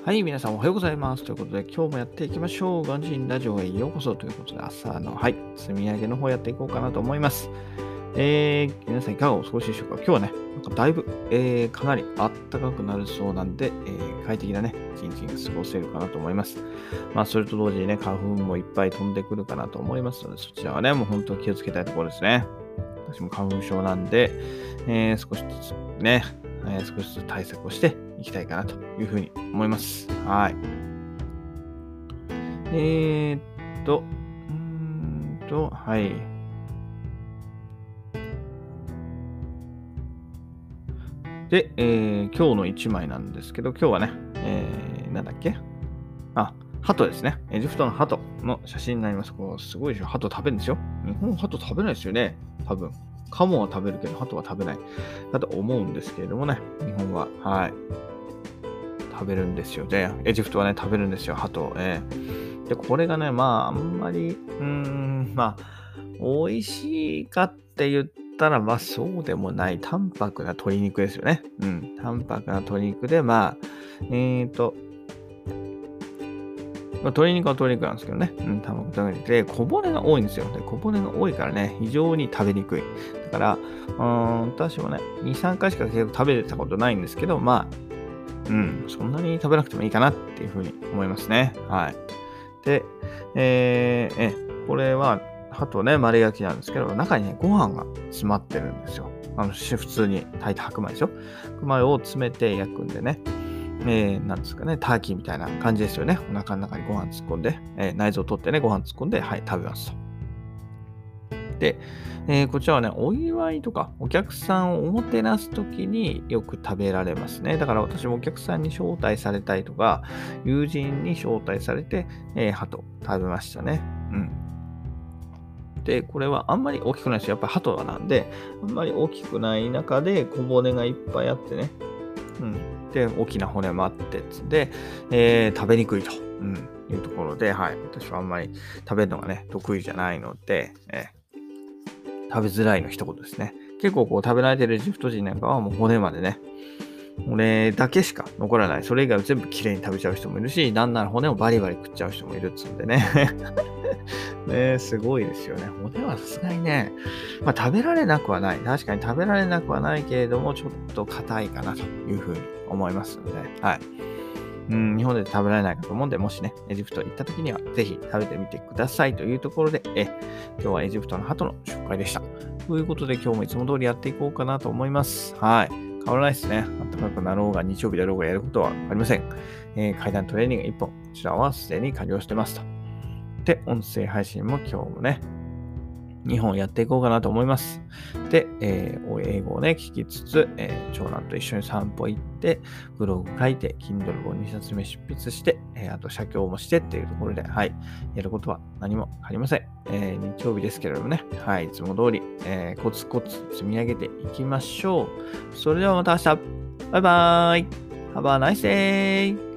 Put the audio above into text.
はい、皆さんおはようございます。ということで、今日もやっていきましょう。ガンジンラジオへようこそということで、朝の、積み上げの方やっていこうかなと思います。皆さんいかがお過ごしでしょうか。今日はね、だいぶ、かなり暖かくなるそうなんで、快適なね、一日が過ごせるかなと思います。それと同時にね、花粉もいっぱい飛んでくるかなと思いますので、そちらはね、もう本当に気をつけたいところですね。私も花粉症なんで、少しずつね、少しずつ対策をしていきたいかなというふうに思います。はい。はい。で、今日の1枚なんですけど、今日はね、なんだっけ鳩ですね。エジプトの鳩の写真になります。こうすごいでしょ。鳩食べるんですよ。日本鳩食べないですよね。多分。カモは食べるけど、鳩は食べない。だと思うんですけれどもね。日本は、食べるんですよ。で、エジプトはね、食べるんですよ。鳩を。で、これがね、あんまり、美味しいかって言ったら、そうでもない。淡白な鶏肉ですよね。淡白な鶏肉で、鶏肉は鶏肉なんですけどね。卵食べてて、小骨が多いんですよ。で、小骨が多いからね、非常に食べにくい。だから、私もね、2、3回しか結構食べてたことないんですけど、そんなに食べなくてもいいかなっていうふうに思いますね。はい。で、これは、鳩ね、丸焼きなんですけど、中にね、ご飯が詰まってるんですよ。普通に炊いた白米ですよ。白米を詰めて焼くんでね。なんですかね、ターキーみたいな感じですよね。お腹の中にご飯突っ込んで、内臓を取ってね、ご飯突っ込んで、食べますと。で、こちらはね、お祝いとか、お客さんをおもてなすときによく食べられますね。だから私もお客さんに招待されたりとか、友人に招待されて、鳩食べましたね。で、これはあんまり大きくないですよ。やっぱり鳩なんで、あんまり大きくない中で小骨がいっぱいあってね。で、大きな骨もあってで、食べにくいと、いうところで、私はあんまり食べるのがね、得意じゃないので、食べづらいの一言ですね。結構こう食べ慣れてるエジプト人なんかはもう骨までね、骨だけしか残らない。それ以外は全部きれいに食べちゃう人もいるし、なんなら骨をバリバリ食っちゃう人もいるっつうんでね。ね、すごいですよね。骨はさすがにね、食べられなくはない。確かに食べられなくはないけれども、ちょっと硬いかなというふうに思いますので、日本で食べられないかと思うんで、もしね、エジプト行った時には、ぜひ食べてみてくださいというところで、今日はエジプトの鳩の紹介でした。ということで、今日もいつも通りやっていこうかなと思います。変わらないですね。暖かくなろうが、日曜日だろうがやることはありません。階段トレーニング1本、こちらはすでに完了してますと。で、音声配信も今日もね、2本やっていこうかなと思います。で、英語をね、聞きつつ、長男と一緒に散歩行って、ブログ書いて、Kindle 本2冊目執筆して、あと写経もしてっていうところで、やることは何もありません。日曜日ですけれどもね、いつも通り、コツコツ積み上げていきましょう。それではまた明日。バイバーイ。Have a nice day.